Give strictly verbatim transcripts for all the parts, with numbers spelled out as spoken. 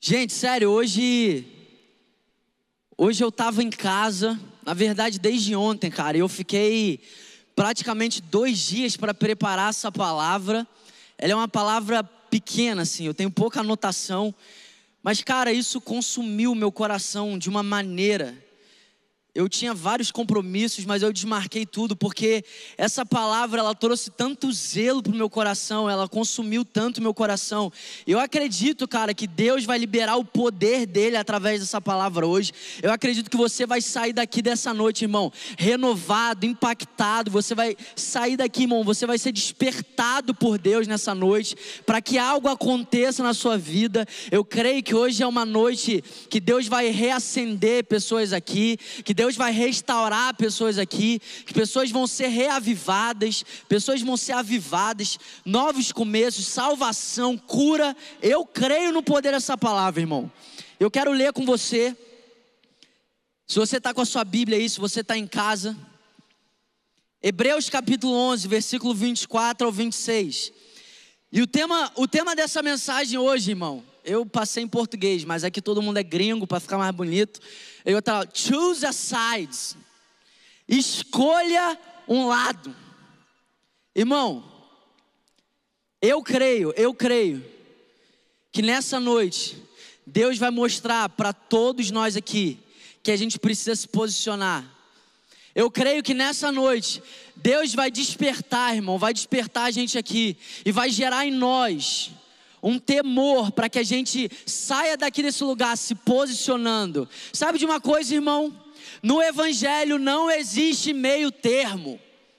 Gente, sério, hoje, hoje eu tava em casa, na verdade desde ontem, cara, eu fiquei praticamente dois dias para preparar essa palavra. Ela é uma palavra pequena, assim, eu tenho pouca anotação, mas cara, isso consumiu meu coração de uma maneira. Eu tinha vários compromissos, mas eu desmarquei tudo, porque essa palavra, ela trouxe tanto zelo para o meu coração, ela consumiu tanto meu coração. Eu acredito, cara, que Deus vai liberar o poder dele através dessa palavra hoje. Eu acredito que você vai sair daqui dessa noite, irmão, renovado, impactado. Você vai sair daqui, irmão, você vai ser despertado por Deus nessa noite, para que algo aconteça na sua vida. Eu creio que hoje é uma noite que Deus vai reacender pessoas aqui, que Deus Deus vai restaurar pessoas aqui, que pessoas vão ser reavivadas, pessoas vão ser avivadas, novos começos, salvação, cura. Eu creio no poder dessa palavra, irmão. Eu quero ler com você. Se você está com a sua Bíblia aí, se você está em casa, Hebreus capítulo onze, versículo vinte e quatro ao vinte e seis. E o tema, o tema dessa mensagem hoje, irmão, eu passei em português, mas aqui todo mundo é gringo para ficar mais bonito. Eu estava, choose a sides. Escolha um lado. Irmão, eu creio, eu creio que nessa noite Deus vai mostrar para todos nós aqui que a gente precisa se posicionar. Eu creio que nessa noite Deus vai despertar, irmão, vai despertar a gente aqui e vai gerar em nós um temor para que a gente saia daqui desse lugar se posicionando. Sabe de uma coisa, irmão? No Evangelho não existe meio termo.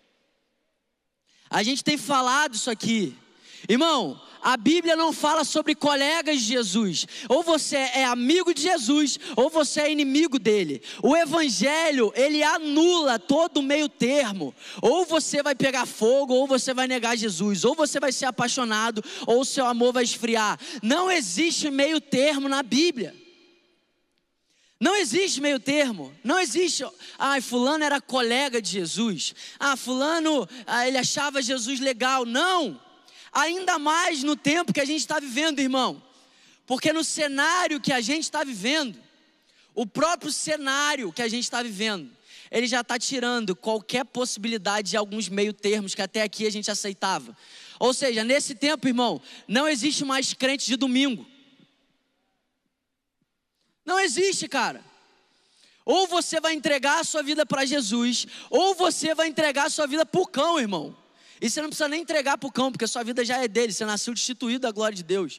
A gente tem falado isso aqui. Irmão, a Bíblia não fala sobre colegas de Jesus. Ou você é amigo de Jesus, ou você é inimigo dele. O Evangelho, ele anula todo o meio termo. Ou você vai pegar fogo, ou você vai negar Jesus. Ou você vai ser apaixonado, ou o seu amor vai esfriar. Não existe meio termo na Bíblia. Não existe meio termo, não existe, ah, fulano era colega de Jesus. Ah, fulano, ah, ele achava Jesus legal. Não. Ainda mais no tempo que a gente está vivendo, irmão. Porque no cenário que a gente está vivendo, o próprio cenário que a gente está vivendo, ele já está tirando qualquer possibilidade de alguns meio termos que até aqui a gente aceitava. Ou seja, nesse tempo, irmão, não existe mais crente de domingo. Não existe, cara. Ou você vai entregar a sua vida para Jesus, ou você vai entregar a sua vida para o cão, irmão. E você não precisa nem entregar para o cão, porque a sua vida já é dele, você nasceu destituído da glória de Deus.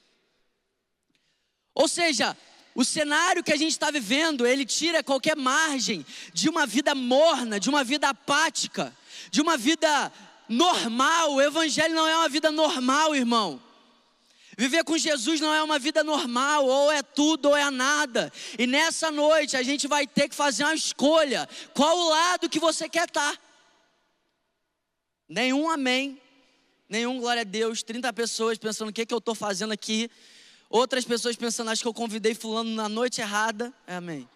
Ou seja, o cenário que a gente está vivendo, ele tira qualquer margem de uma vida morna, de uma vida apática, de uma vida normal. O Evangelho não é uma vida normal, irmão. Viver com Jesus não é uma vida normal, ou é tudo ou é nada. E nessa noite a gente vai ter que fazer uma escolha. Qual o lado que você quer estar? Nenhum amém, nenhum glória a Deus. trinta pessoas pensando o que, que eu estou fazendo aqui. Outras pessoas pensando, acho que eu convidei fulano na noite errada. É, amém.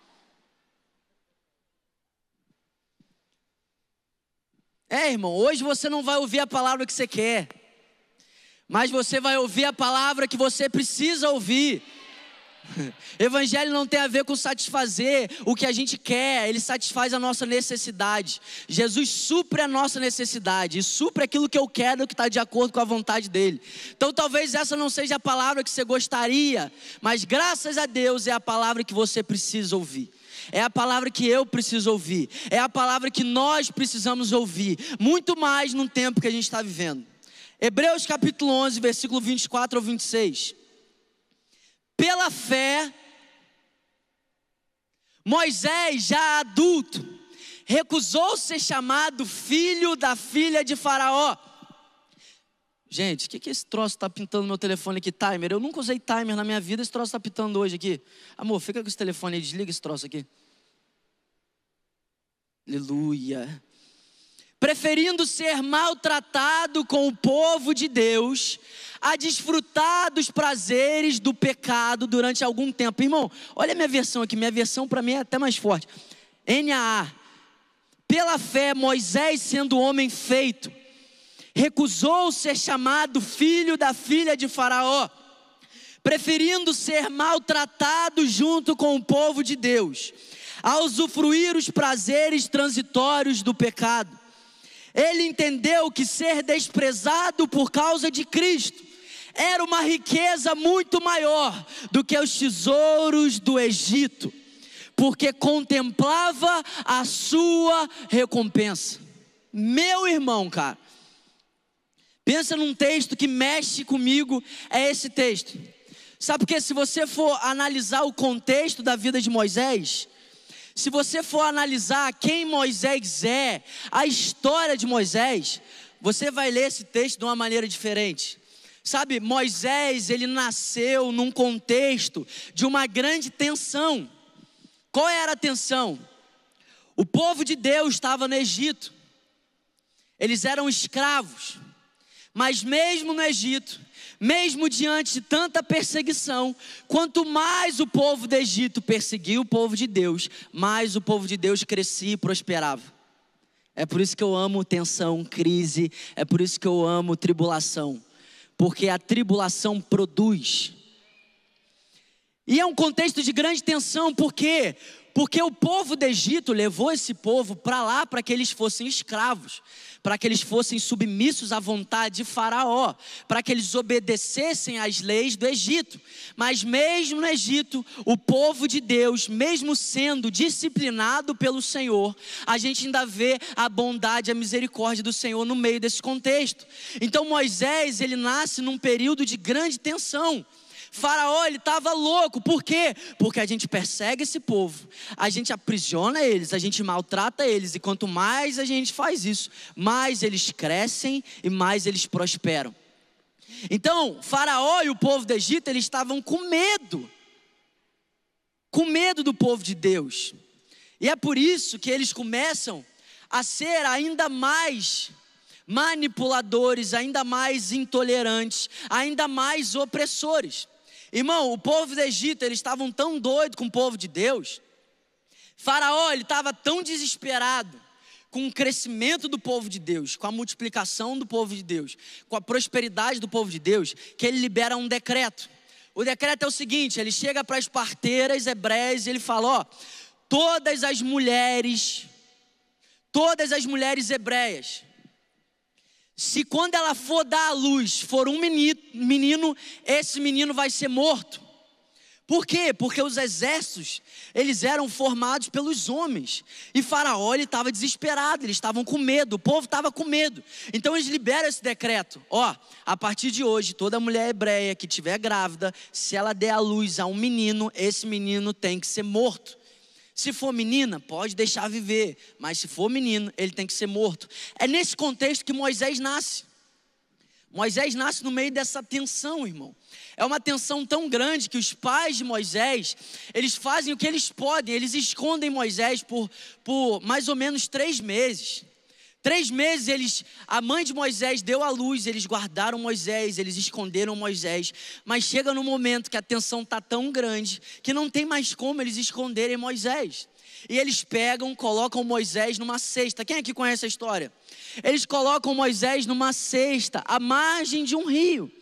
É, irmão, hoje você não vai ouvir a palavra que você quer, mas você vai ouvir a palavra que você precisa ouvir. Evangelho não tem a ver com satisfazer o que a gente quer, ele satisfaz a nossa necessidade. Jesus supre a nossa necessidade e supre aquilo que eu quero, que está de acordo com a vontade dele. Então talvez essa não seja a palavra que você gostaria, mas graças a Deus é a palavra que você precisa ouvir. É a palavra que eu preciso ouvir, é a palavra que nós precisamos ouvir, muito mais no tempo que a gente está vivendo. Hebreus capítulo onze, versículo vinte e quatro ao vinte e seis. Pela fé, Moisés, já adulto, recusou ser chamado filho da filha de Faraó. Gente, o que, que esse troço está pintando no meu telefone aqui? Timer. Eu nunca usei timer na minha vida, esse troço está pintando hoje aqui. Amor, fica com esse telefone aí, desliga esse troço aqui. Aleluia. Preferindo ser maltratado com o povo de Deus, a desfrutar dos prazeres do pecado durante algum tempo. Irmão, olha a minha versão aqui, minha versão para mim é até mais forte. N A A. Pela fé, Moisés, sendo homem feito, recusou ser chamado filho da filha de Faraó, preferindo ser maltratado junto com o povo de Deus, a usufruir os prazeres transitórios do pecado. Ele entendeu que ser desprezado por causa de Cristo era uma riqueza muito maior do que os tesouros do Egito, porque contemplava a sua recompensa. Meu irmão, cara, pensa num texto que mexe comigo, é esse texto. Sabe por quê? Se você for analisar o contexto da vida de Moisés, se você for analisar quem Moisés é, a história de Moisés, você vai ler esse texto de uma maneira diferente. Sabe, Moisés, ele nasceu num contexto de uma grande tensão. Qual era a tensão? O povo de Deus estava no Egito, eles eram escravos, mas mesmo no Egito, mesmo diante de tanta perseguição, quanto mais o povo do Egito perseguia o povo de Deus, mais o povo de Deus crescia e prosperava. É por isso que eu amo tensão, crise, é por isso que eu amo tribulação, porque a tribulação produz. E é um contexto de grande tensão, por quê? Porque o povo do Egito levou esse povo para lá para que eles fossem escravos, para que eles fossem submissos à vontade de Faraó, para que eles obedecessem às leis do Egito. Mas mesmo no Egito, o povo de Deus, mesmo sendo disciplinado pelo Senhor, a gente ainda vê a bondade e a misericórdia do Senhor no meio desse contexto. Então Moisés, ele nasce num período de grande tensão. Faraó, ele estava louco, por quê? Porque a gente persegue esse povo, a gente aprisiona eles, a gente maltrata eles, e quanto mais a gente faz isso, mais eles crescem e mais eles prosperam. Então, Faraó e o povo do Egito, eles estavam com medo, com medo do povo de Deus, e é por isso que eles começam a ser ainda mais manipuladores, ainda mais intolerantes, ainda mais opressores. Irmão, o povo do Egito, eles estavam tão doidos com o povo de Deus. Faraó, ele estava tão desesperado com o crescimento do povo de Deus, com a multiplicação do povo de Deus, com a prosperidade do povo de Deus, que ele libera um decreto. O decreto é o seguinte, ele chega para as parteiras hebreias e ele fala, ó, todas as mulheres, todas as mulheres hebreias, se quando ela for dar à luz, for um menino, menino, esse menino vai ser morto. Por quê? Porque os exércitos, eles eram formados pelos homens. E Faraó, ele estava desesperado, eles estavam com medo, o povo estava com medo. Então eles liberam esse decreto. Ó, a partir de hoje, toda mulher hebreia que estiver grávida, se ela der à luz a um menino, esse menino tem que ser morto. Se for menina, pode deixar viver, mas se for menino, ele tem que ser morto. É nesse contexto que Moisés nasce. Moisés nasce no meio dessa tensão, irmão. É uma tensão tão grande que os pais de Moisés, eles fazem o que eles podem, eles escondem Moisés por, por mais ou menos três meses. Três meses eles, a mãe de Moisés deu à luz, eles guardaram Moisés, eles esconderam Moisés. Mas chega no momento que a tensão está tão grande, que não tem mais como eles esconderem Moisés. E eles pegam, colocam Moisés numa cesta. Quem aqui conhece a história? Eles colocam Moisés numa cesta, à margem de um rio.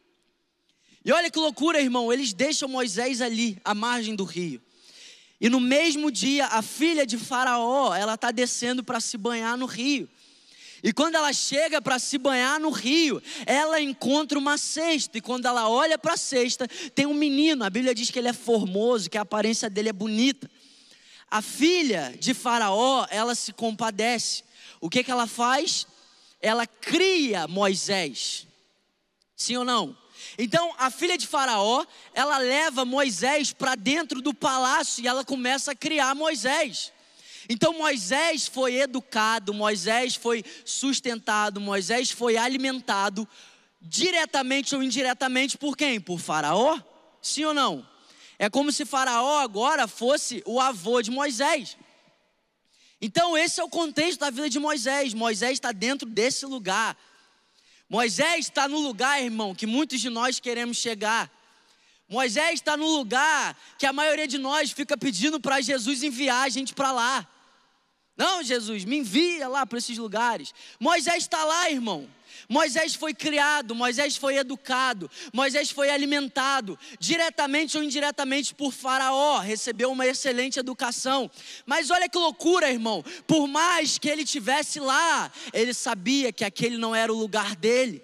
E olha que loucura, irmão, eles deixam Moisés ali, à margem do rio. E no mesmo dia, a filha de Faraó, ela está descendo para se banhar no rio. E quando ela chega para se banhar no rio, ela encontra uma cesta. E quando ela olha para a cesta, tem um menino. A Bíblia diz que ele é formoso, que a aparência dele é bonita. A filha de Faraó, ela se compadece. O que que ela faz? Ela cria Moisés. Sim ou não? Então a filha de Faraó, ela leva Moisés para dentro do palácio e ela começa a criar Moisés. Então Moisés foi educado, Moisés foi sustentado, Moisés foi alimentado diretamente ou indiretamente por quem? Por Faraó? Sim ou não? É como se Faraó agora fosse o avô de Moisés. Então esse é o contexto da vida de Moisés. Moisés está dentro desse lugar. Moisés está no lugar, irmão, que muitos de nós queremos chegar. Moisés está no lugar que a maioria de nós fica pedindo para Jesus enviar a gente para lá. Não, Jesus, me envia lá para esses lugares. Moisés está lá, irmão. Moisés foi criado, Moisés foi educado, Moisés foi alimentado, diretamente ou indiretamente por Faraó, recebeu uma excelente educação. Mas olha que loucura, irmão, por mais que ele estivesse lá, ele sabia que aquele não era o lugar dele.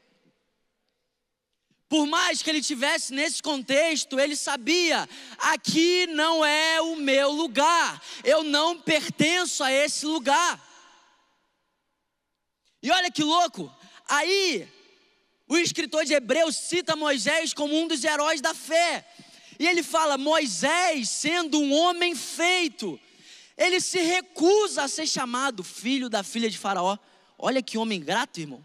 Por mais que ele estivesse nesse contexto, ele sabia, aqui não é o meu lugar, eu não pertenço a esse lugar. E olha que louco, aí o escritor de Hebreus cita Moisés como um dos heróis da fé. E ele fala, Moisés sendo um homem feito, ele se recusa a ser chamado filho da filha de Faraó. Olha que homem grato, irmão.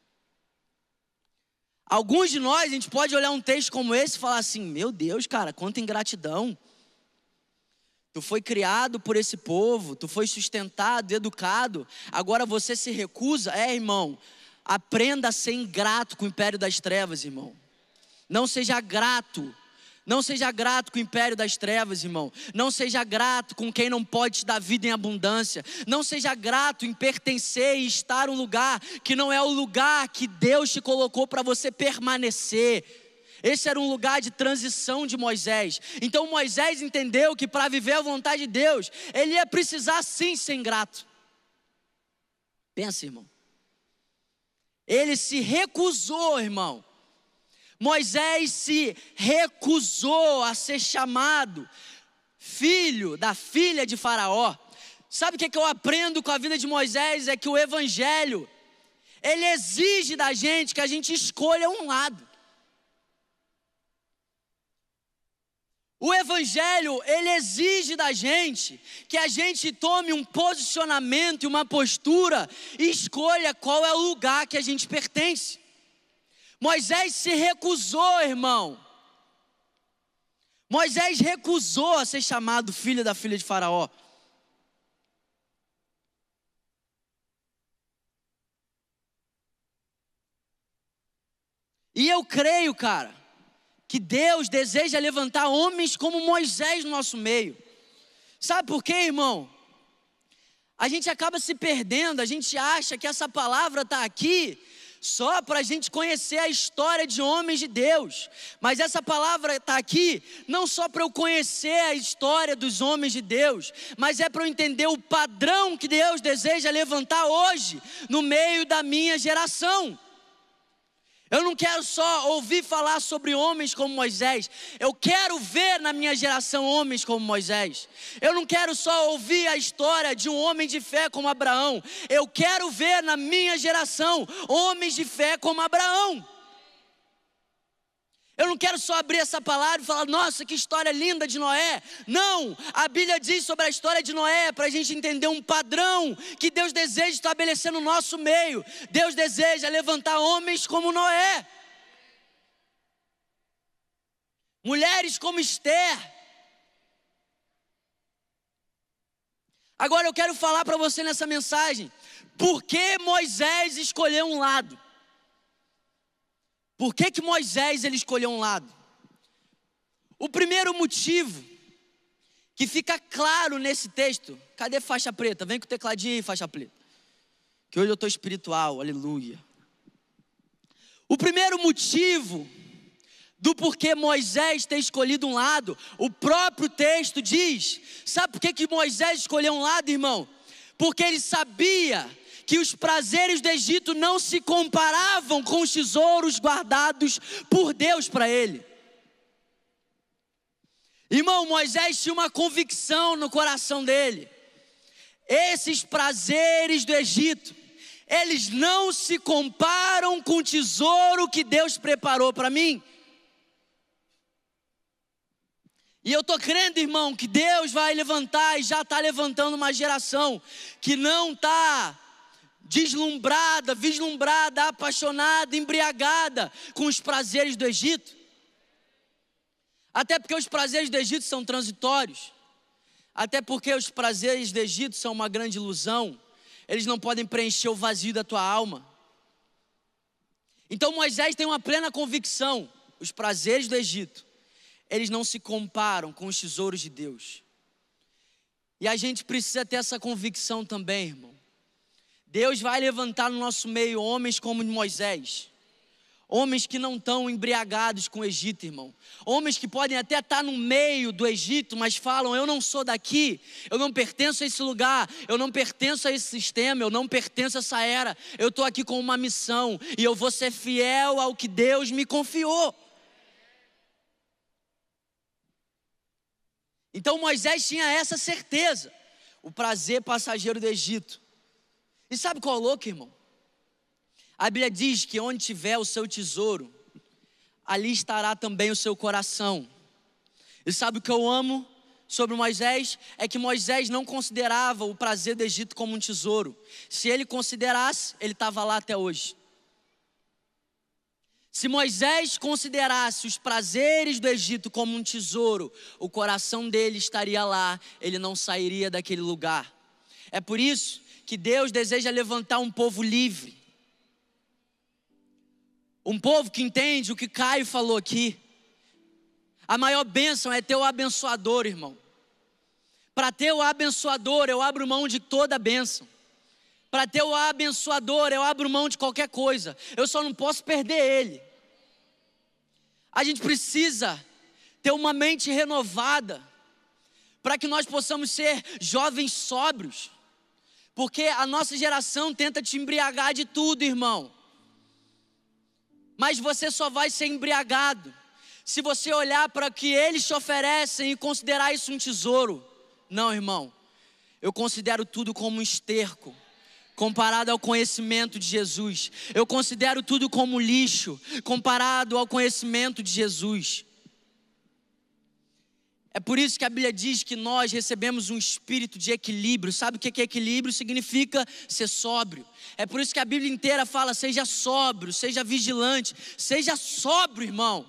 Alguns de nós, a gente pode olhar um texto como esse e falar assim, meu Deus, cara, quanta ingratidão. Tu foi criado por esse povo, tu foi sustentado, educado, agora você se recusa? É, irmão, aprenda a ser ingrato com o império das trevas, irmão. Não seja grato, não seja grato com o império das trevas, irmão. Não seja grato com quem não pode te dar vida em abundância. Não seja grato em pertencer e estar em um lugar que não é o lugar que Deus te colocou para você permanecer. Esse era um lugar de transição de Moisés. Então Moisés entendeu que para viver a vontade de Deus, ele ia precisar sim ser ingrato. Pensa, irmão. Ele se recusou, irmão. Moisés se recusou a ser chamado filho da filha de Faraó. Sabe o que, é que eu aprendo com a vida de Moisés? É que o evangelho, ele exige da gente que a gente escolha um lado. O evangelho, ele exige da gente que a gente tome um posicionamento e uma postura e escolha qual é o lugar que a gente pertence. Moisés se recusou, irmão. Moisés recusou a ser chamado filho da filha de Faraó. E eu creio, cara, que Deus deseja levantar homens como Moisés no nosso meio. Sabe por quê, irmão? A gente acaba se perdendo, a gente acha que essa palavra está aqui só para a gente conhecer a história de homens de Deus. Mas essa palavra está aqui não só para eu conhecer a história dos homens de Deus, mas é para eu entender o padrão que Deus deseja levantar hoje no meio da minha geração. Eu não quero só ouvir falar sobre homens como Moisés. Eu quero ver na minha geração homens como Moisés. Eu não quero só ouvir a história de um homem de fé como Abraão. Eu quero ver na minha geração homens de fé como Abraão. Eu não quero só abrir essa palavra e falar, nossa, que história linda de Noé. Não, a Bíblia diz sobre a história de Noé para a gente entender um padrão que Deus deseja estabelecer no nosso meio. Deus deseja levantar homens como Noé. Mulheres como Esther. Agora eu quero falar para você nessa mensagem, por que Moisés escolheu um lado? Por que que Moisés ele escolheu um lado? O primeiro motivo que fica claro nesse texto, cadê faixa preta? Vem com o tecladinho aí, faixa preta. Que hoje eu estou espiritual, aleluia. O primeiro motivo do porquê Moisés ter escolhido um lado, o próprio texto diz, sabe por que que Moisés escolheu um lado, irmão? Porque ele sabia que os prazeres do Egito não se comparavam com os tesouros guardados por Deus para ele. Irmão, Moisés tinha uma convicção no coração dele. Esses prazeres do Egito, eles não se comparam com o tesouro que Deus preparou para mim. E eu estou crendo, irmão, que Deus vai levantar e já está levantando uma geração que não está deslumbrada, vislumbrada, apaixonada, embriagada com os prazeres do Egito. Até porque os prazeres do Egito são transitórios. Até porque os prazeres do Egito são uma grande ilusão. Eles não podem preencher o vazio da tua alma. Então Moisés tem uma plena convicção. Os prazeres do Egito, eles não se comparam com os tesouros de Deus. E a gente precisa ter essa convicção também, irmão. Deus vai levantar no nosso meio homens como Moisés. Homens que não estão embriagados com o Egito, irmão. Homens que podem até estar no meio do Egito, mas falam: eu não sou daqui, eu não pertenço a esse lugar, eu não pertenço a esse sistema, eu não pertenço a essa era. Eu estou aqui com uma missão e eu vou ser fiel ao que Deus me confiou. Então Moisés tinha essa certeza, o prazer passageiro do Egito. E sabe qual é o louco, irmão? A Bíblia diz que onde tiver o seu tesouro, ali estará também o seu coração. E sabe o que eu amo sobre Moisés? É que Moisés não considerava o prazer do Egito como um tesouro. Se ele considerasse, ele estava lá até hoje. Se Moisés considerasse os prazeres do Egito como um tesouro, o coração dele estaria lá, ele não sairia daquele lugar. É por isso que Deus deseja levantar um povo livre. Um povo que entende o que Caio falou aqui. A maior bênção é ter o abençoador, irmão. Para ter o abençoador, eu abro mão de toda a bênção. Para ter o abençoador, eu abro mão de qualquer coisa. Eu só não posso perder ele. A gente precisa ter uma mente renovada, para que nós possamos ser jovens sóbrios. Porque a nossa geração tenta te embriagar de tudo, irmão. Mas você só vai ser embriagado se você olhar para o que eles te oferecem e considerar isso um tesouro. Não, irmão, eu considero tudo como um esterco comparado ao conhecimento de Jesus. Eu considero tudo como lixo comparado ao conhecimento de Jesus. É por isso que a Bíblia diz que nós recebemos um espírito de equilíbrio. Sabe o que é equilíbrio? Significa ser sóbrio. É por isso que a Bíblia inteira fala: seja sóbrio, seja vigilante, seja sóbrio, irmão.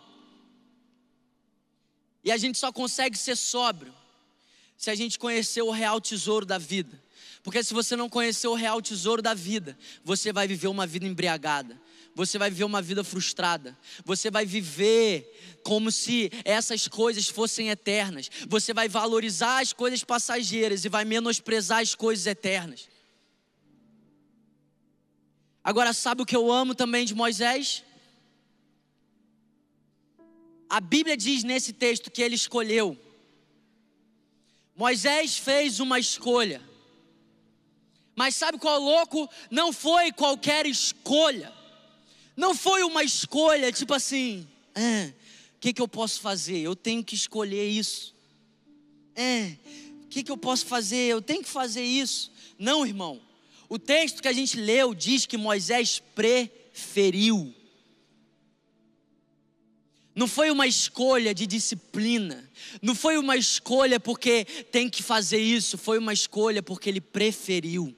E a gente só consegue ser sóbrio se a gente conhecer o real tesouro da vida. Porque se você não conhecer o real tesouro da vida, você vai viver uma vida embriagada. Você vai viver uma vida frustrada. Você vai viver como se essas coisas fossem eternas. Você vai valorizar as coisas passageiras e vai menosprezar as coisas eternas. Agora, sabe o que eu amo também de Moisés? A Bíblia diz nesse texto que ele escolheu. Moisés fez uma escolha. Mas sabe qual é o louco? Não foi qualquer escolha. Não foi uma escolha tipo assim: ah, o que, que eu posso fazer? Eu tenho que escolher isso. É, o que, que eu posso fazer? Eu tenho que fazer isso. Não, irmão. O texto que a gente leu diz que Moisés preferiu. Não foi uma escolha de disciplina. Não foi uma escolha porque tem que fazer isso. Foi uma escolha porque ele preferiu.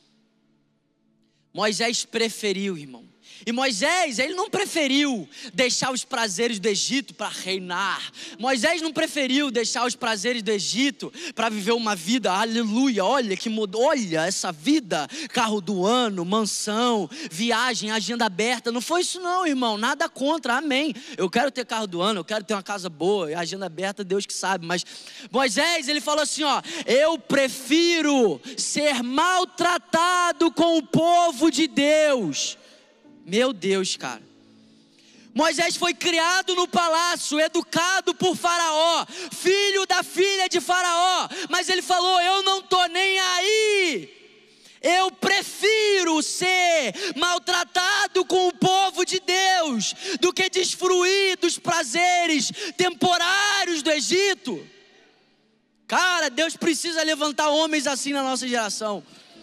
Moisés preferiu, irmão. E Moisés, ele não preferiu deixar os prazeres do Egito para reinar. Moisés não preferiu deixar os prazeres do Egito para viver uma vida, aleluia, olha que mudou, olha essa vida, carro do ano, mansão, viagem, agenda aberta. Não foi isso não, irmão, nada contra, amém. Eu quero ter carro do ano, eu quero ter uma casa boa, agenda aberta, Deus que sabe. Mas Moisés, ele falou assim, ó: eu prefiro ser maltratado com o povo de Deus. Meu Deus, cara. Moisés foi criado no palácio, educado por Faraó, filho da filha de Faraó. Mas ele falou: eu não estou nem aí. Eu prefiro ser maltratado com o povo de Deus do que desfruir dos prazeres temporários do Egito. Cara, Deus precisa levantar homens assim na nossa geração.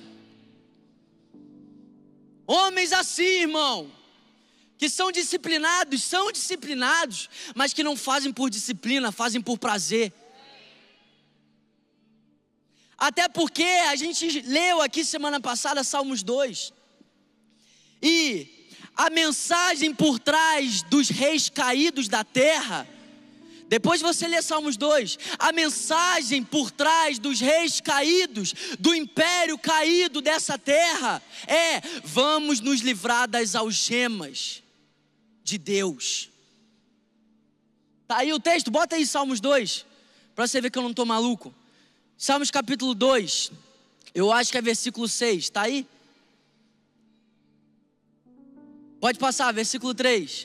Homens assim, irmão, que são disciplinados, são disciplinados, mas que não fazem por disciplina, fazem por prazer. Até porque a gente leu aqui semana passada Salmos dois. E a mensagem por trás dos reis caídos da terra, depois você lê Salmos dois, a mensagem por trás dos reis caídos, do império caído dessa terra, é: vamos nos livrar das algemas de Deus. Tá aí o texto, bota aí Salmos dois, para você ver que eu não estou maluco. Salmos capítulo dois, eu acho que é versículo seis, está aí? Pode passar, versículo três.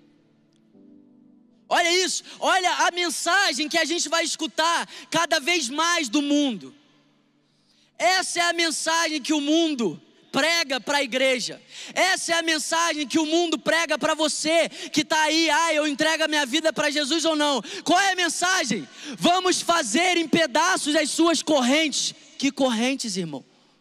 Olha isso, olha a mensagem que a gente vai escutar cada vez mais do mundo. Essa é a mensagem que o mundo prega para a igreja. Essa é a mensagem que o mundo prega para você que está aí. Ah, eu entrego a minha vida para Jesus ou não? Qual é a mensagem? Vamos fazer em pedaços as suas correntes. Que correntes, irmão?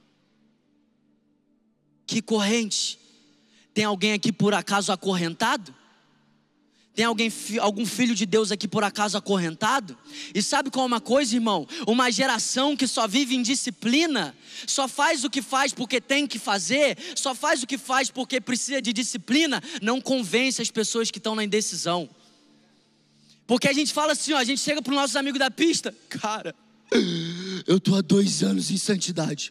Que correntes? Tem alguém aqui por acaso acorrentado? Tem alguém, algum filho de Deus aqui por acaso acorrentado? E sabe qual é uma coisa, irmão? Uma geração que só vive em disciplina, só faz o que faz porque tem que fazer, só faz o que faz porque precisa de disciplina, não convence as pessoas que estão na indecisão. Porque a gente fala assim, ó, a gente chega para os nossos amigos da pista, cara, eu estou há dois anos em santidade.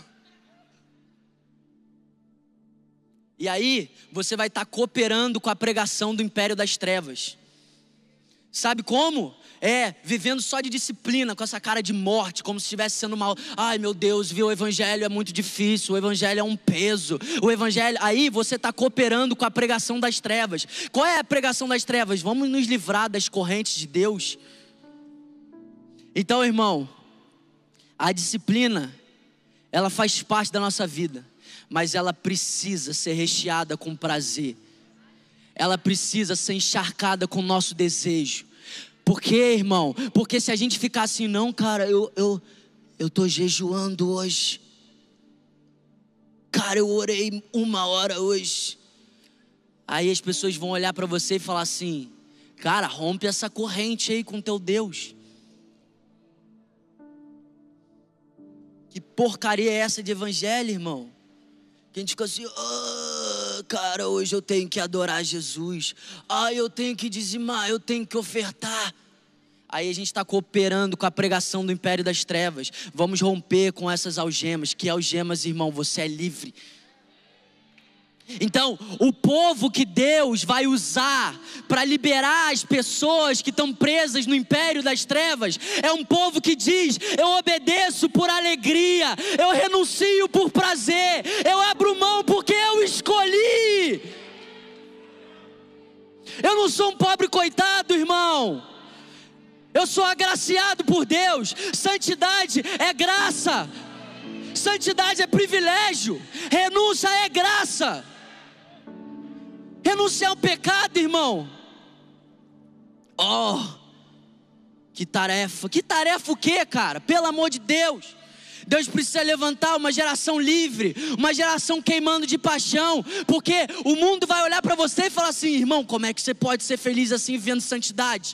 E aí, você vai estar cooperando com a pregação do império das trevas. Sabe como? É, vivendo só de disciplina, com essa cara de morte, como se estivesse sendo mal. Ai meu Deus, viu, o evangelho é muito difícil, o evangelho é um peso. O evangelho, aí você está cooperando com a pregação das trevas. Qual é a pregação das trevas? Vamos nos livrar das correntes de Deus. Então, irmão, a disciplina, ela faz parte da nossa vida. Mas ela precisa ser recheada com prazer. Ela precisa ser encharcada com o nosso desejo. Por quê, irmão? Porque se a gente ficar assim, não, cara, eu, eu, eu tô jejuando hoje. Cara, eu orei uma hora hoje. Aí as pessoas vão olhar para você e falar assim, cara, rompe essa corrente aí com teu Deus. Que porcaria é essa de evangelho, irmão? Que a gente fica assim, ah, cara, hoje eu tenho que adorar Jesus. Ah, eu tenho que dizimar, eu tenho que ofertar. Aí a gente está cooperando com a pregação do império das trevas. Vamos romper com essas algemas. Que algemas, irmão? Você é livre. Então, o povo que Deus vai usar para liberar as pessoas que estão presas no império das trevas é um povo que diz, eu obedeço por alegria, eu renuncio por prazer, eu abro mão porque eu escolhi. Eu não sou um pobre coitado, irmão. Eu sou agraciado por Deus. Santidade é graça. Santidade é privilégio. Renúncia é graça. Renunciar ao pecado, irmão. Oh, que tarefa. Que tarefa o quê, cara? Pelo amor de Deus. Deus precisa levantar uma geração livre, uma geração queimando de paixão, porque o mundo vai olhar para você e falar assim, irmão, como é que você pode ser feliz assim vivendo santidade?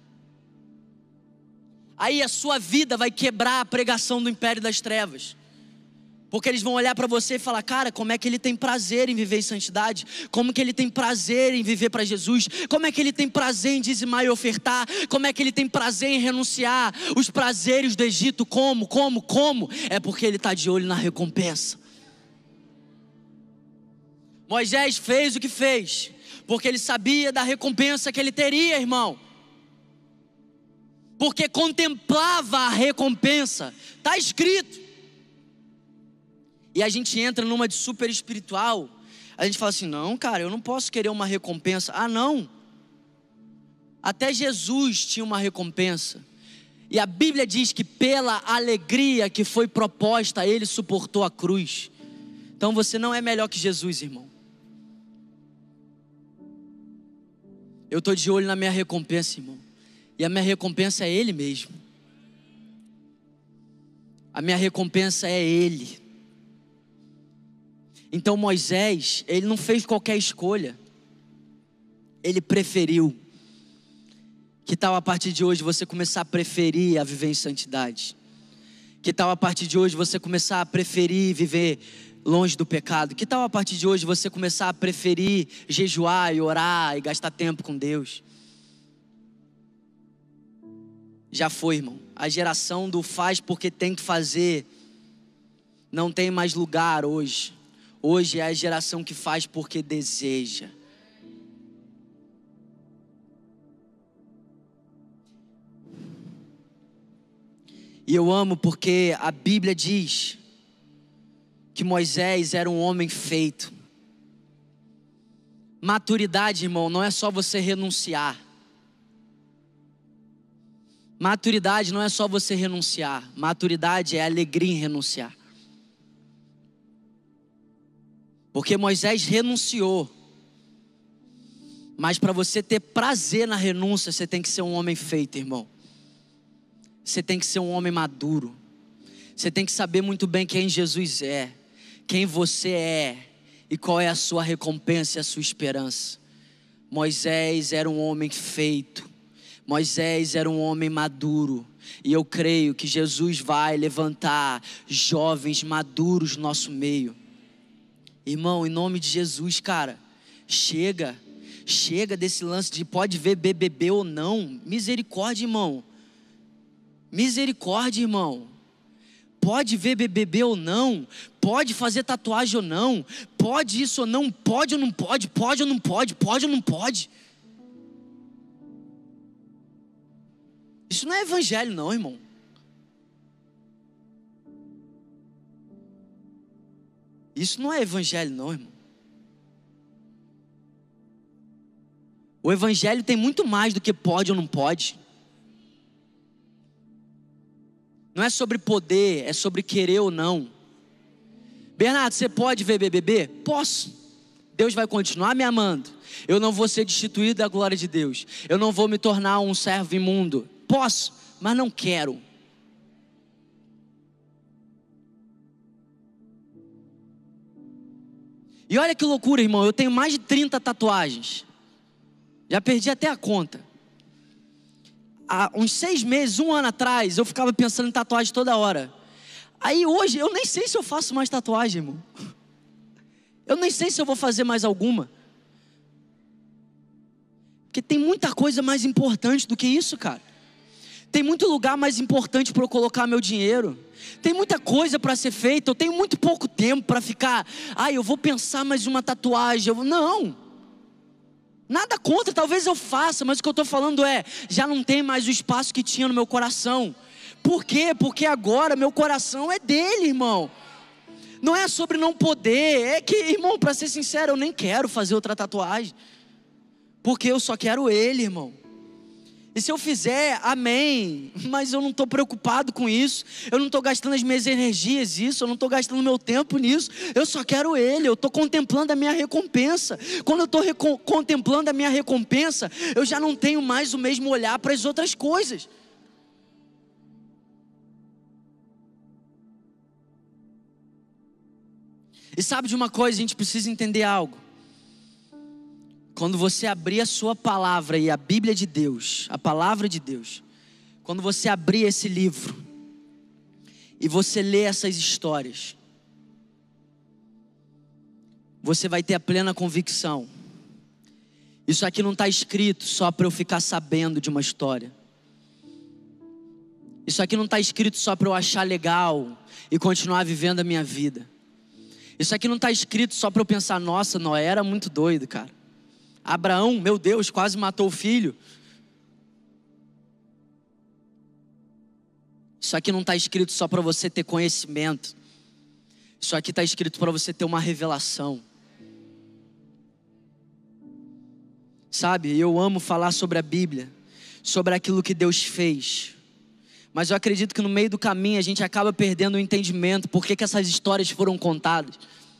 Aí a sua vida vai quebrar a pregação do império das trevas. Porque eles vão olhar para você e falar, cara, como é que ele tem prazer em viver em santidade? Como que ele tem prazer em viver para Jesus? Como é que ele tem prazer em dizimar e ofertar? Como é que ele tem prazer em renunciar os prazeres do Egito? Como, como, como? É porque ele está de olho na recompensa. Moisés fez o que fez, porque ele sabia da recompensa que ele teria, irmão. Porque contemplava a recompensa. Está escrito. E a gente entra numa de super espiritual. A gente fala assim, não, cara, eu não posso querer uma recompensa. Ah, não. Até Jesus tinha uma recompensa. E a Bíblia diz que pela alegria que foi proposta, ele suportou a cruz. Então você não é melhor que Jesus, irmão. Eu estou de olho na minha recompensa, irmão. E a minha recompensa é Ele mesmo. A minha recompensa é Ele. Então Moisés, ele não fez qualquer escolha. Ele preferiu. Que tal a partir de hoje você começar a preferir a viver em santidade? Que tal a partir de hoje você começar a preferir viver longe do pecado? Que tal a partir de hoje você começar a preferir jejuar e orar e gastar tempo com Deus? Já foi, irmão. A geração do faz porque tem que fazer não tem mais lugar hoje. Hoje é a geração que faz porque deseja. E eu amo porque a Bíblia diz que Moisés era um homem feito. Maturidade, irmão, não é só você renunciar. Maturidade não é só você renunciar. Maturidade é alegria em renunciar. Porque Moisés renunciou. Mas para você ter prazer na renúncia, você tem que ser um homem feito, irmão. Você tem que ser um homem maduro. Você tem que saber muito bem quem Jesus é, quem você é e qual é a sua recompensa e a sua esperança. Moisés era um homem feito. Moisés era um homem maduro. E eu creio que Jesus vai levantar jovens maduros no nosso meio. Irmão, em nome de Jesus, cara, chega, chega desse lance de pode ver B B B ou não. Misericórdia, irmão. Misericórdia, irmão. Pode ver B B B ou não, pode fazer tatuagem ou não, pode isso ou não, pode ou não pode, pode ou não pode, pode ou não pode. Isso não é evangelho não, irmão. Isso não é evangelho não, irmão. O evangelho tem muito mais do que pode ou não pode. Não é sobre poder, é sobre querer ou não. Bernardo, você pode ver B B B? Posso. Deus vai continuar me amando. Eu não vou ser destituído da glória de Deus. Eu não vou me tornar um servo imundo. Posso, mas não quero. E olha que loucura, irmão. Eu tenho mais de trinta tatuagens. Já perdi até a conta. Há uns seis meses, um ano atrás, eu ficava pensando em tatuagem toda hora. Aí hoje, eu nem sei se eu faço mais tatuagem, irmão. Eu nem sei se eu vou fazer mais alguma. Porque tem muita coisa mais importante do que isso, cara. Tem muito lugar mais importante para eu colocar meu dinheiro. Tem muita coisa para ser feita. Eu tenho muito pouco tempo para ficar. Ah, eu vou pensar mais uma tatuagem. Eu vou... Não. Nada contra, talvez eu faça, mas o que eu estou falando é, já não tem mais o espaço que tinha no meu coração. Por quê? Porque agora meu coração é dele, irmão. Não é sobre não poder, é que, irmão, para ser sincero, eu nem quero fazer outra tatuagem. Porque eu só quero ele, irmão. E se eu fizer, amém, mas eu não estou preocupado com isso, eu não estou gastando as minhas energias nisso, eu não estou gastando meu tempo nisso, eu só quero ele, eu estou contemplando a minha recompensa. Quando eu estou contemplando a minha recompensa, eu já não tenho mais o mesmo olhar para as outras coisas. E sabe de uma coisa, a gente precisa entender algo. Quando você abrir a sua palavra e a Bíblia de Deus, a palavra de Deus, quando você abrir esse livro e você ler essas histórias, você vai ter a plena convicção. Isso aqui não está escrito só para eu ficar sabendo de uma história. Isso aqui não está escrito só para eu achar legal e continuar vivendo a minha vida. Isso aqui não está escrito só para eu pensar, nossa, Noé era muito doido, cara. Abraão, meu Deus, quase matou o filho. Isso aqui não está escrito só para você ter conhecimento. Isso aqui está escrito para você ter uma revelação. Sabe, eu amo falar sobre a Bíblia, sobre aquilo que Deus fez. Mas eu acredito que no meio do caminho a gente acaba perdendo o entendimento. Por que que essas histórias foram contadas?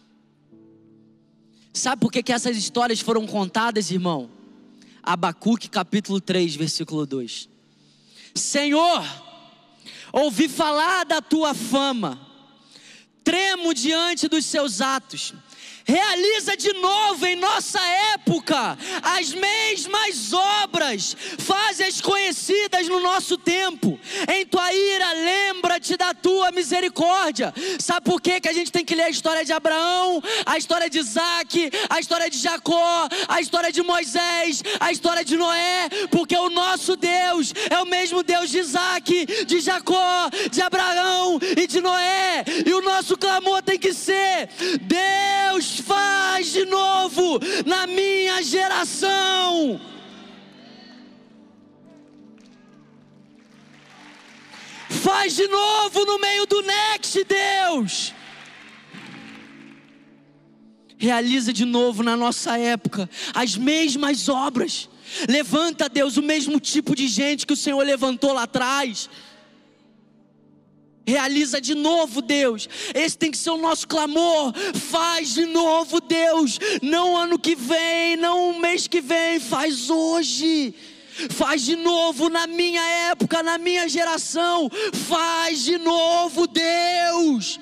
Sabe por que que essas histórias foram contadas, irmão? Abacuque capítulo três, versículo dois. Senhor, ouvi falar da tua fama, tremo diante dos seus atos. Realiza de novo em nossa época as mesmas obras, faz-as conhecidas no nosso tempo. Em tua ira, lembra-te da tua misericórdia. Sabe por que que a gente tem que ler a história de Abraão, a história de Isaac, a história de Jacó, a história de Moisés, a história de Noé? Porque o nosso Deus é o mesmo Deus de Isaac, de Jacó, de Abraão e de Noé. E o nosso clamor tem que ser: Deus, faz de novo na minha geração. Faz de novo no meio do Next, Deus. Realiza de novo na nossa época as mesmas obras. Levanta, Deus, o mesmo tipo de gente que o Senhor levantou lá atrás. Realiza de novo, Deus. Esse tem que ser o nosso clamor. Faz de novo, Deus. Não ano que vem, não mês que vem. Faz hoje. Faz de novo na minha época, na minha geração. Faz de novo, Deus.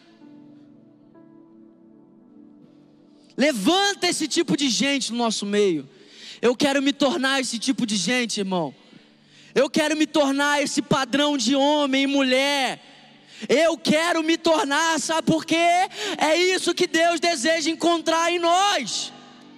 Levanta esse tipo de gente no nosso meio. Eu quero me tornar esse tipo de gente, irmão. Eu quero me tornar esse padrão de homem e mulher. Eu quero me tornar, sabe por quê? É isso que Deus deseja encontrar em nós.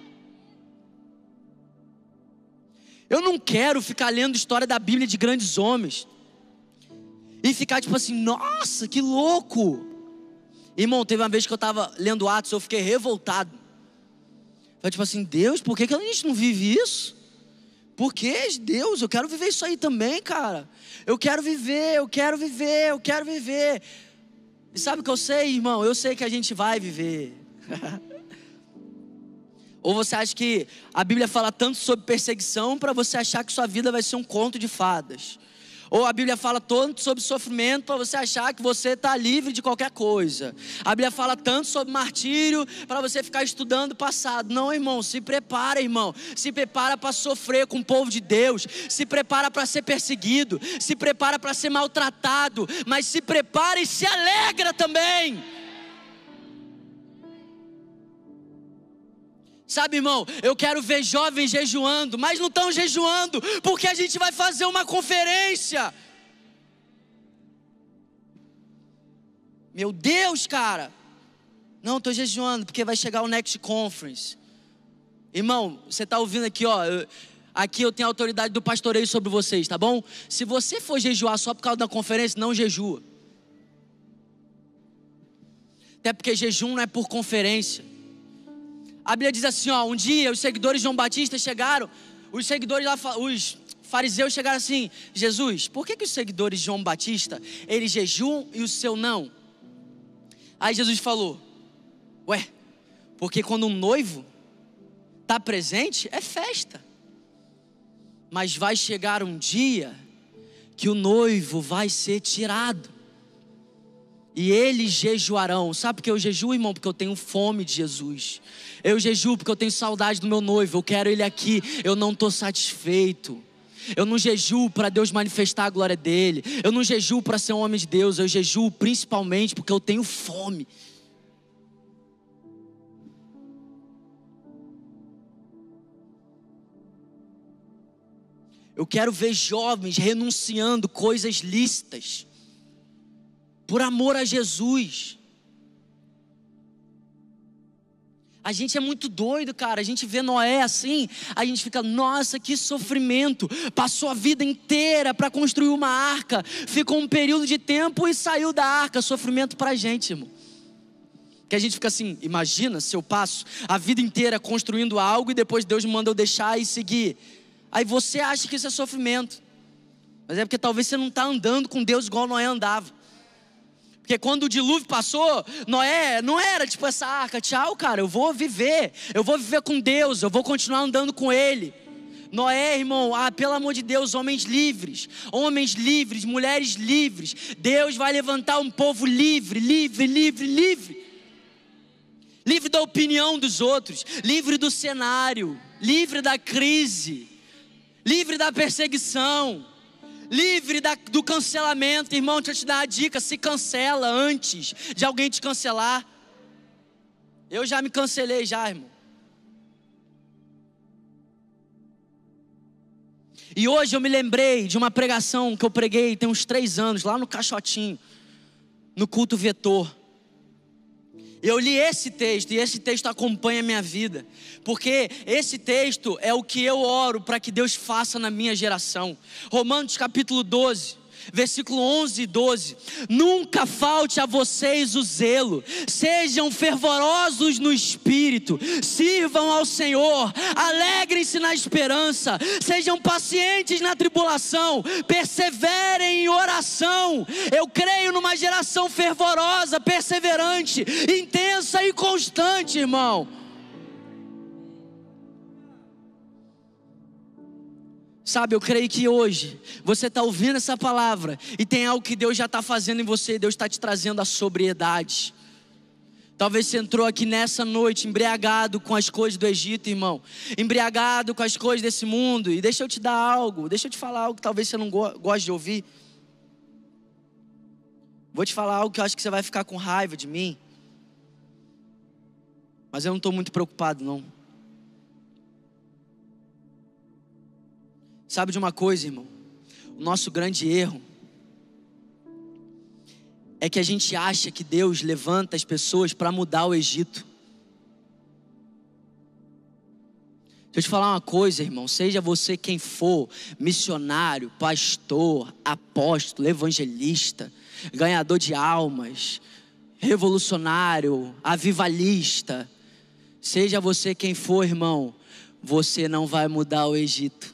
Eu não quero ficar lendo história da Bíblia de grandes homens e ficar tipo assim, nossa, que louco. Irmão, teve uma vez que eu estava lendo Atos, eu fiquei revoltado. Foi tipo assim, Deus, por que, que a gente não vive isso? Por que, Deus, eu quero viver isso aí também, cara. Eu quero viver, eu quero viver, eu quero viver. E sabe o que eu sei, irmão? Eu sei que a gente vai viver. Ou você acha que a Bíblia fala tanto sobre perseguição para você achar que sua vida vai ser um conto de fadas? Ou a Bíblia fala tanto sobre sofrimento para você achar que você está livre de qualquer coisa? A Bíblia fala tanto sobre martírio para você ficar estudando o passado? Não, irmão, se prepara, irmão. Se prepara para sofrer com o povo de Deus. Se prepara para ser perseguido. Se prepara para ser maltratado. Mas se prepara e se alegra também. Sabe, irmão, eu quero ver jovens jejuando, mas não estão jejuando, porque a gente vai fazer uma conferência. Meu Deus, cara. Não, estou jejuando, porque vai chegar o Next Conference. Irmão, você está ouvindo aqui, ó. Eu, aqui eu tenho a autoridade do pastoreio sobre vocês, tá bom? Se você for jejuar só por causa da conferência, não jejua. Até porque jejum não é por conferência. A Bíblia diz assim, ó, um dia os seguidores de João Batista chegaram, os seguidores lá, os fariseus chegaram assim, Jesus, por que que os seguidores de João Batista, eles jejuam e o seu não? Aí Jesus falou, ué, porque quando um noivo está presente, é festa. Mas vai chegar um dia que o noivo vai ser tirado. E eles jejuarão. Sabe por que eu jejuo, irmão? Porque eu tenho fome de Jesus. Eu jejuo porque eu tenho saudade do meu noivo. Eu quero ele aqui. Eu não estou satisfeito. Eu não jejuo para Deus manifestar a glória dele. Eu não jejuo para ser um homem de Deus. Eu jejuo principalmente porque eu tenho fome. Eu quero ver jovens renunciando coisas lícitas por amor a Jesus. A gente é muito doido, cara. A gente vê Noé assim, a gente fica, nossa, que sofrimento. Passou a vida inteira para construir uma arca, ficou um período de tempo e saiu da arca. Sofrimento pra gente, irmão. Que a gente fica assim, imagina se eu passo a vida inteira construindo algo e depois Deus me manda eu deixar e seguir. Aí você acha que isso é sofrimento, mas é porque talvez você não está andando com Deus igual Noé andava. Porque quando o dilúvio passou, Noé não era tipo essa arca, tchau cara, eu vou viver, eu vou viver com Deus, eu vou continuar andando com Ele. Noé, irmão, ah, pelo amor de Deus, homens livres, homens livres, mulheres livres. Deus vai levantar um povo livre, livre, livre, livre. Livre da opinião dos outros, livre do cenário, livre da crise, livre da perseguição, livre da, do cancelamento. Irmão, deixa eu te dar uma dica, se cancela antes de alguém te cancelar. Eu já me cancelei já, irmão. E hoje eu me lembrei de uma pregação que eu preguei tem uns três anos, lá no Caixotinho, no culto Vetor. Eu li esse texto e esse texto acompanha a minha vida, porque esse texto é o que eu oro para que Deus faça na minha geração. Romanos capítulo doze, versículo onze e doze, nunca falte a vocês o zelo, sejam fervorosos no espírito, sirvam ao Senhor, alegrem-se na esperança, sejam pacientes na tribulação, perseverem em oração. Eu creio numa geração fervorosa, perseverante, intensa e constante, irmão. Sabe, eu creio que hoje você está ouvindo essa palavra e tem algo que Deus já está fazendo em você, e Deus está te trazendo a sobriedade. Talvez você entrou aqui nessa noite embriagado com as coisas do Egito, irmão, embriagado com as coisas desse mundo. E deixa eu te dar algo, deixa eu te falar algo que talvez você não go- goste de ouvir. Vou te falar algo que eu acho que você vai ficar com raiva de mim, mas eu não estou muito preocupado não. Sabe de uma coisa, irmão? O nosso grande erro é que a gente acha que Deus levanta as pessoas para mudar o Egito. Deixa eu te falar uma coisa, irmão. Seja você quem for, missionário, pastor, apóstolo, evangelista, ganhador de almas, revolucionário, avivalista, seja você quem for, irmão, você não vai mudar o Egito.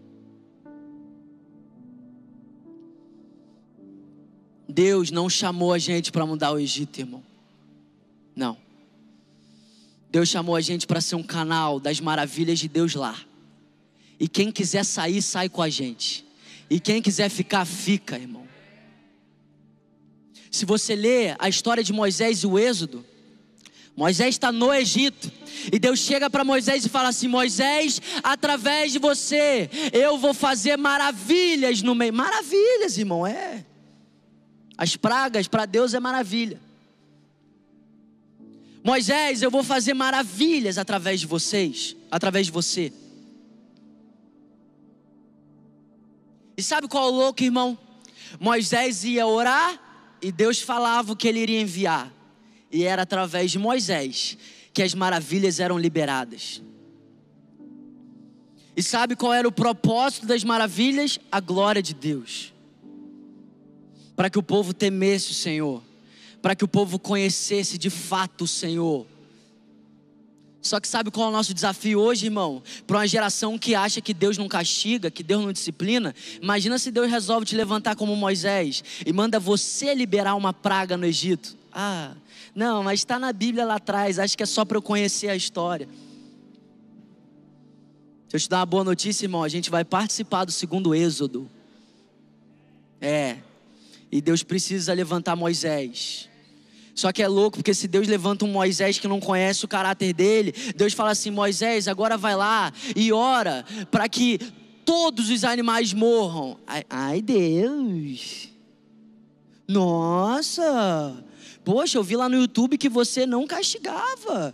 Deus não chamou a gente para mudar o Egito, irmão. Não. Deus chamou a gente para ser um canal das maravilhas de Deus lá. E quem quiser sair, sai com a gente. E quem quiser ficar, fica, irmão. Se você ler a história de Moisés e o Êxodo, Moisés está no Egito. E Deus chega para Moisés e fala assim: Moisés, através de você, eu vou fazer maravilhas no meio. Maravilhas, irmão, é... As pragas para Deus é maravilha. Moisés, eu vou fazer maravilhas através de vocês, através de você. E sabe qual é o louco, irmão? Moisés ia orar e Deus falava o que ele iria enviar. E era através de Moisés que as maravilhas eram liberadas. E sabe qual era o propósito das maravilhas? A glória de Deus. Para que o povo temesse o Senhor, para que o povo conhecesse de fato o Senhor. Só que sabe qual é o nosso desafio hoje, irmão? Para uma geração que acha que Deus não castiga, que Deus não disciplina. Imagina se Deus resolve te levantar como Moisés e manda você liberar uma praga no Egito. Ah, não, mas está na Bíblia lá atrás, acho que é só para eu conhecer a história. Deixa eu te dar uma boa notícia, irmão, a gente vai participar do segundo Êxodo. É... E Deus precisa levantar Moisés. Só que é louco, porque se Deus levanta um Moisés que não conhece o caráter dele, Deus fala assim: Moisés, agora vai lá e ora para que todos os animais morram. Ai, ai Deus, nossa, poxa, eu vi lá no YouTube que você não castigava.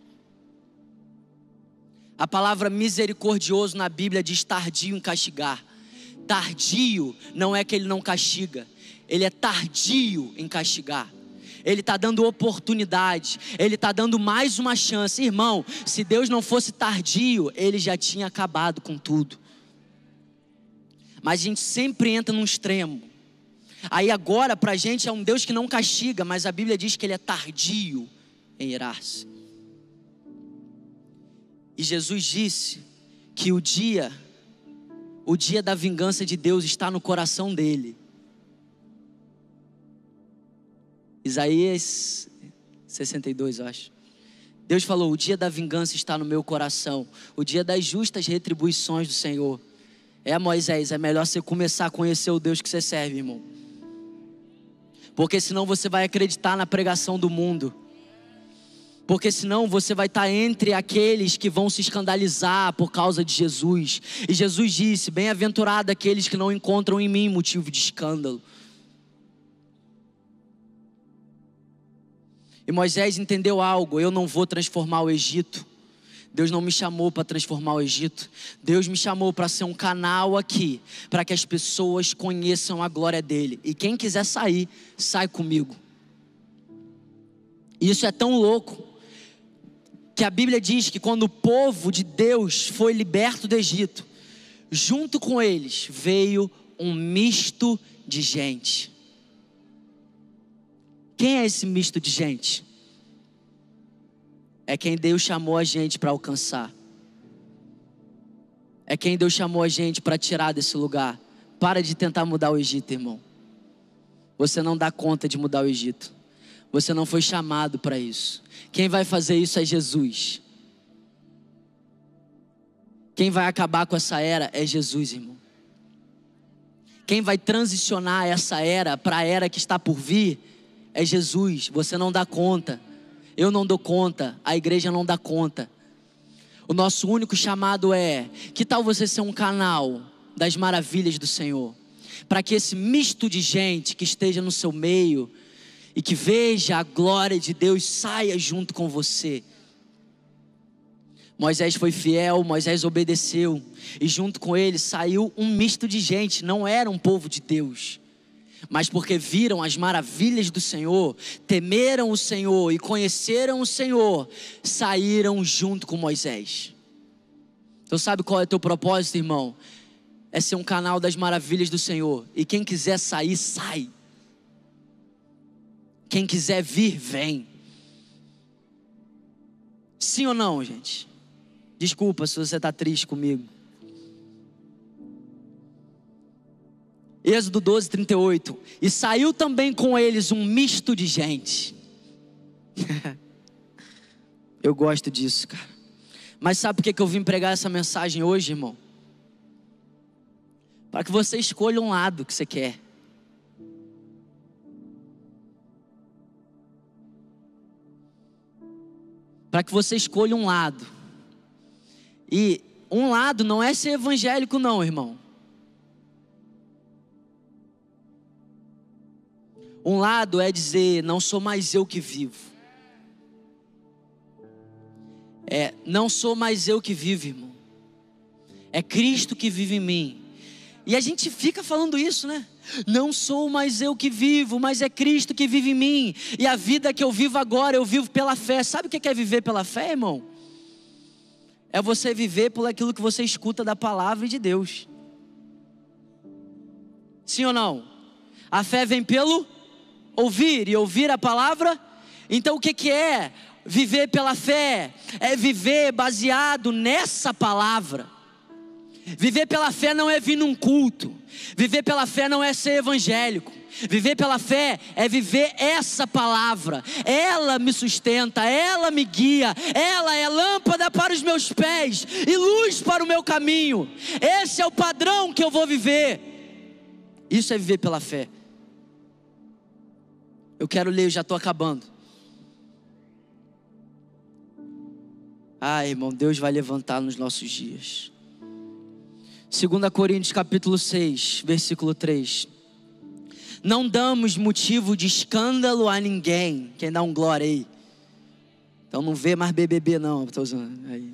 A palavra misericordioso na Bíblia diz tardio em castigar. Tardio não é que ele não castiga, ele é tardio em castigar. Ele está dando oportunidade, ele está dando mais uma chance. Irmão, se Deus não fosse tardio, ele já tinha acabado com tudo. Mas a gente sempre entra num extremo. Aí agora para a gente é um Deus que não castiga, mas a Bíblia diz que ele é tardio em irar-se. E Jesus disse que o dia, o dia da vingança de Deus está no coração dele. Isaías sessenta e dois, eu acho. Deus falou: o dia da vingança está no meu coração, o dia das justas retribuições do Senhor. É, Moisés, é melhor você começar a conhecer o Deus que você serve, irmão. Porque senão você vai acreditar na pregação do mundo. Porque senão você vai estar entre aqueles que vão se escandalizar por causa de Jesus. E Jesus disse: bem-aventurado aqueles que não encontram em mim motivo de escândalo. E Moisés entendeu algo: eu não vou transformar o Egito. Deus não me chamou para transformar o Egito. Deus me chamou para ser um canal aqui, para que as pessoas conheçam a glória dele. E quem quiser sair, sai comigo. Isso é tão louco, que a Bíblia diz que quando o povo de Deus foi liberto do Egito, junto com eles veio um misto de gente. Quem é esse misto de gente? É quem Deus chamou a gente para alcançar. É quem Deus chamou a gente para tirar desse lugar. Para de tentar mudar o Egito, irmão. Você não dá conta de mudar o Egito. Você não foi chamado para isso. Quem vai fazer isso é Jesus. Quem vai acabar com essa era é Jesus, irmão. Quem vai transicionar essa era para a era que está por vir é Jesus. Você não dá conta. Eu não dou conta. A igreja não dá conta. O nosso único chamado é: que tal você ser um canal das maravilhas do Senhor? Para que esse misto de gente que esteja no seu meio e que veja a glória de Deus saia junto com você. Moisés foi fiel, Moisés obedeceu, e junto com ele saiu um misto de gente. Não era um povo de Deus, mas porque viram as maravilhas do Senhor, temeram o Senhor e conheceram o Senhor, saíram junto com Moisés. Então sabe qual é o teu propósito, irmão? É ser um canal das maravilhas do Senhor. E quem quiser sair, sai. Quem quiser vir, vem. Sim ou não, gente? Desculpa se você está triste comigo. Êxodo doze, trinta e oito. E saiu também com eles um misto de gente. Eu gosto disso, cara. Mas sabe por que eu vim pregar essa mensagem hoje, irmão? Para que você escolha um lado que você quer. Para que você escolha um lado. E um lado não é ser evangélico não, irmão. Um lado é dizer: não sou mais eu que vivo. É, não sou mais eu que vivo, irmão. É Cristo que vive em mim. E a gente fica falando isso, né? Não sou mais eu que vivo, mas é Cristo que vive em mim. E a vida que eu vivo agora, eu vivo pela fé. Sabe o que é viver pela fé, irmão? É você viver por aquilo que você escuta da palavra de Deus. Sim ou não? A fé vem pelo ouvir, e ouvir a palavra. Então o que que é viver pela fé? É viver baseado nessa palavra. Viver pela fé não é vir num culto. Viver pela fé não é ser evangélico. Viver pela fé é viver essa palavra. Ela me sustenta, ela me guia, ela é lâmpada para os meus pés e luz para o meu caminho. Esse é o padrão que eu vou viver. Isso é viver pela fé. Eu quero ler, eu já estou acabando. Ah, irmão, Deus vai levantar nos nossos dias. Segunda Coríntios capítulo seis, versículo três. Não damos motivo de escândalo a ninguém. Quem dá um glória aí? Então não vê mais B B B não. Estou usando aí.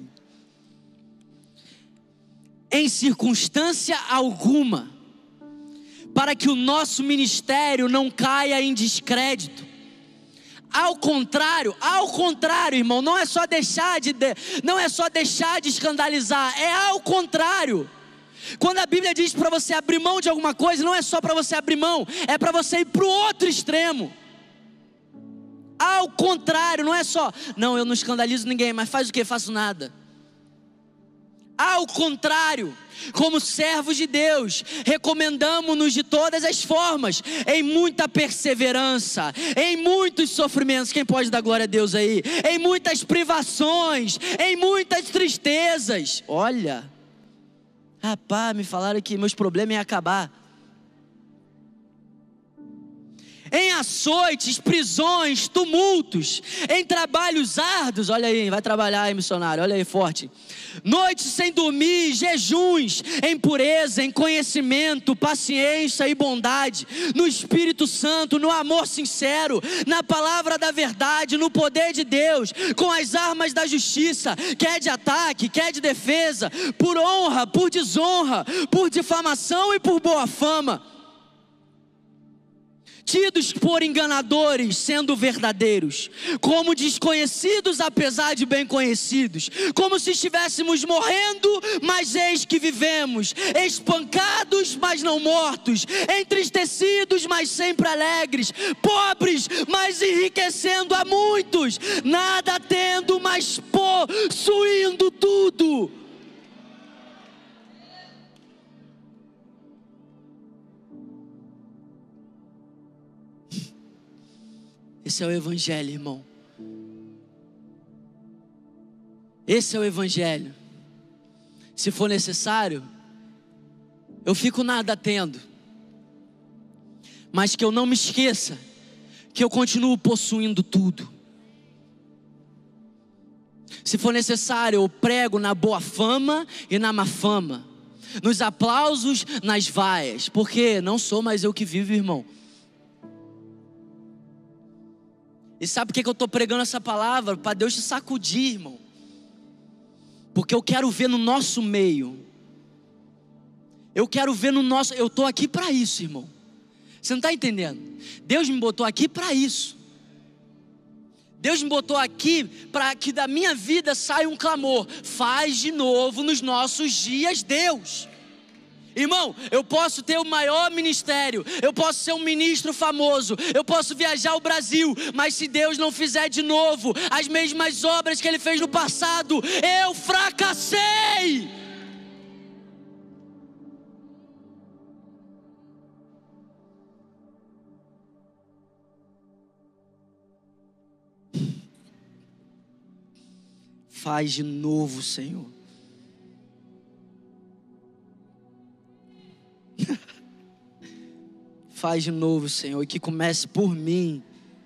Em circunstância alguma, para que o nosso ministério não caia em descrédito. Ao contrário, ao contrário, irmão, não é só deixar de, não é só deixar de escandalizar, é ao contrário. Quando a Bíblia diz para você abrir mão de alguma coisa, não é só para você abrir mão, é para você ir para o outro extremo. Ao contrário, não é só, não, eu não escandalizo ninguém, mas faz o que? Faço nada. Ao contrário, como servos de Deus, recomendamos-nos de todas as formas, em muita perseverança, em muitos sofrimentos, quem pode dar glória a Deus aí? Em muitas privações, em muitas tristezas. Olha, rapaz, me falaram que meus problemas iam acabar. Em açoites, prisões, tumultos, em trabalhos árduos. Olha aí, vai trabalhar aí, missionário, olha aí, forte. Noites sem dormir, jejuns, em pureza, em conhecimento, paciência e bondade, no Espírito Santo, no amor sincero, na palavra da verdade, no poder de Deus, com as armas da justiça, quer de ataque, quer de defesa, por honra, por desonra, por difamação e por boa fama. tidos por enganadores, sendo verdadeiros, como desconhecidos apesar de bem conhecidos, como se estivéssemos morrendo, mas eis que vivemos, espancados, mas não mortos, entristecidos, mas sempre alegres, pobres, mas enriquecendo a muitos, nada tendo, mas possuindo tudo. Esse é o Evangelho, irmão. Esse é o Evangelho. Se for necessário, eu fico nada tendo, mas que eu não me esqueça que eu continuo possuindo tudo. Se for necessário, eu prego na boa fama e na má fama, nos aplausos, nas vaias, porque não sou mais eu que vivo, irmão. E sabe por que eu estou pregando essa palavra? Para Deus te sacudir, irmão. Porque eu quero ver no nosso meio. Eu quero ver no nosso... Eu estou aqui para isso, irmão. Você não está entendendo? Deus me botou aqui para isso. Deus me botou aqui para que da minha vida saia um clamor. Faz de novo nos nossos dias, Deus. Irmão, eu posso ter o maior ministério, eu posso ser um ministro famoso, eu posso viajar o Brasil, mas se Deus não fizer de novo as mesmas obras que Ele fez no passado, eu fracassei. Faz de novo, Senhor. Faz de novo, Senhor, e que comece por mim.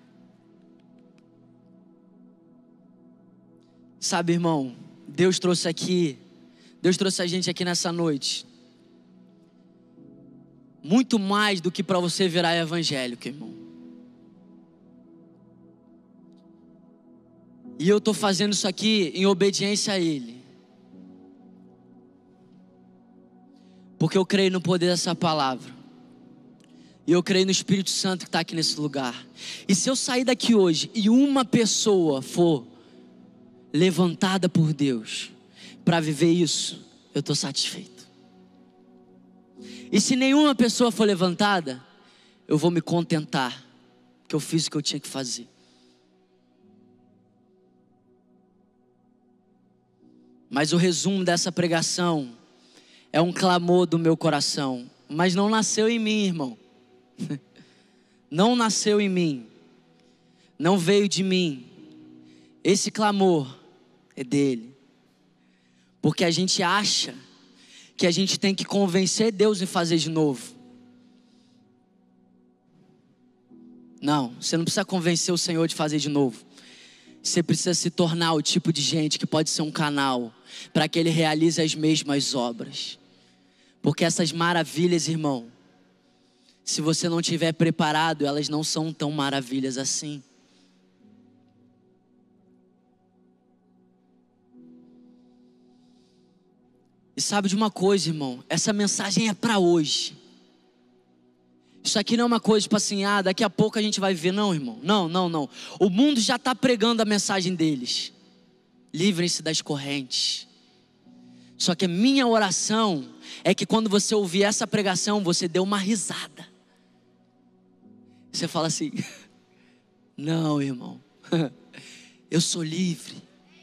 Sabe, irmão, Deus trouxe aqui, Deus trouxe a gente aqui nessa noite, muito mais do que para você virar evangélico, irmão. E eu estou fazendo isso aqui em obediência a Ele, porque eu creio no poder dessa palavra. E eu creio no Espírito Santo que está aqui nesse lugar. E se eu sair daqui hoje e uma pessoa for levantada por Deus para viver isso, eu estou satisfeito. E se nenhuma pessoa for levantada, eu vou me contentar, porque eu fiz o que eu tinha que fazer. Mas o resumo dessa pregação é um clamor do meu coração, mas não nasceu em mim, irmão. Não nasceu em mim, não veio de mim. Esse clamor é dele, porque a gente acha que a gente tem que convencer Deus em fazer de novo. Não, você não precisa convencer o Senhor de fazer de novo. Você precisa se tornar o tipo de gente que pode ser um canal para que Ele realize as mesmas obras. Porque essas maravilhas, irmão, se você não estiver preparado, elas não são tão maravilhas assim. E sabe de uma coisa, irmão? Essa mensagem é para hoje. Isso aqui não é uma coisa tipo assim, ah, daqui a pouco a gente vai ver. Não, irmão, não, não, não. O mundo já está pregando a mensagem deles. Livrem-se das correntes. Só que a minha oração é que quando você ouvir essa pregação, você dê uma risada. Você fala assim, não, irmão, eu sou livre.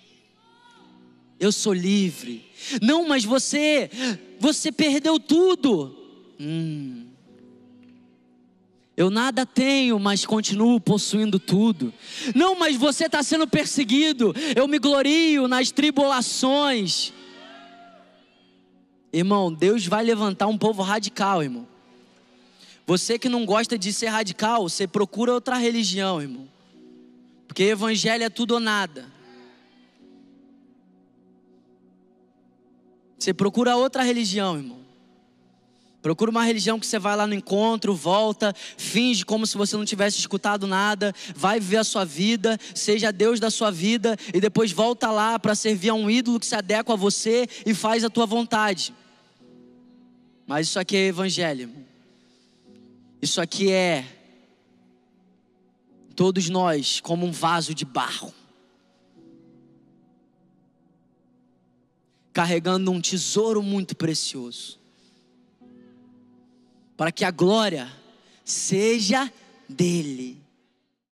Eu sou livre. Não, mas você, você perdeu tudo. Hum. Eu nada tenho, mas continuo possuindo tudo. Não, mas você está sendo perseguido. Eu me glorio nas tribulações. Irmão, Deus vai levantar um povo radical, irmão. Você que não gosta de ser radical, você procura outra religião, irmão. Porque evangelho é tudo ou nada. Você procura outra religião, irmão. Procura uma religião que você vai lá no encontro, volta, finge como se você não tivesse escutado nada, vai viver a sua vida, seja Deus da sua vida, e depois volta lá para servir a um ídolo que se adequa a você e faz a tua vontade. Mas isso aqui é evangelho, irmão. Isso aqui é Todos nós como um vaso de barro, carregando um tesouro muito precioso, para que a glória seja dele.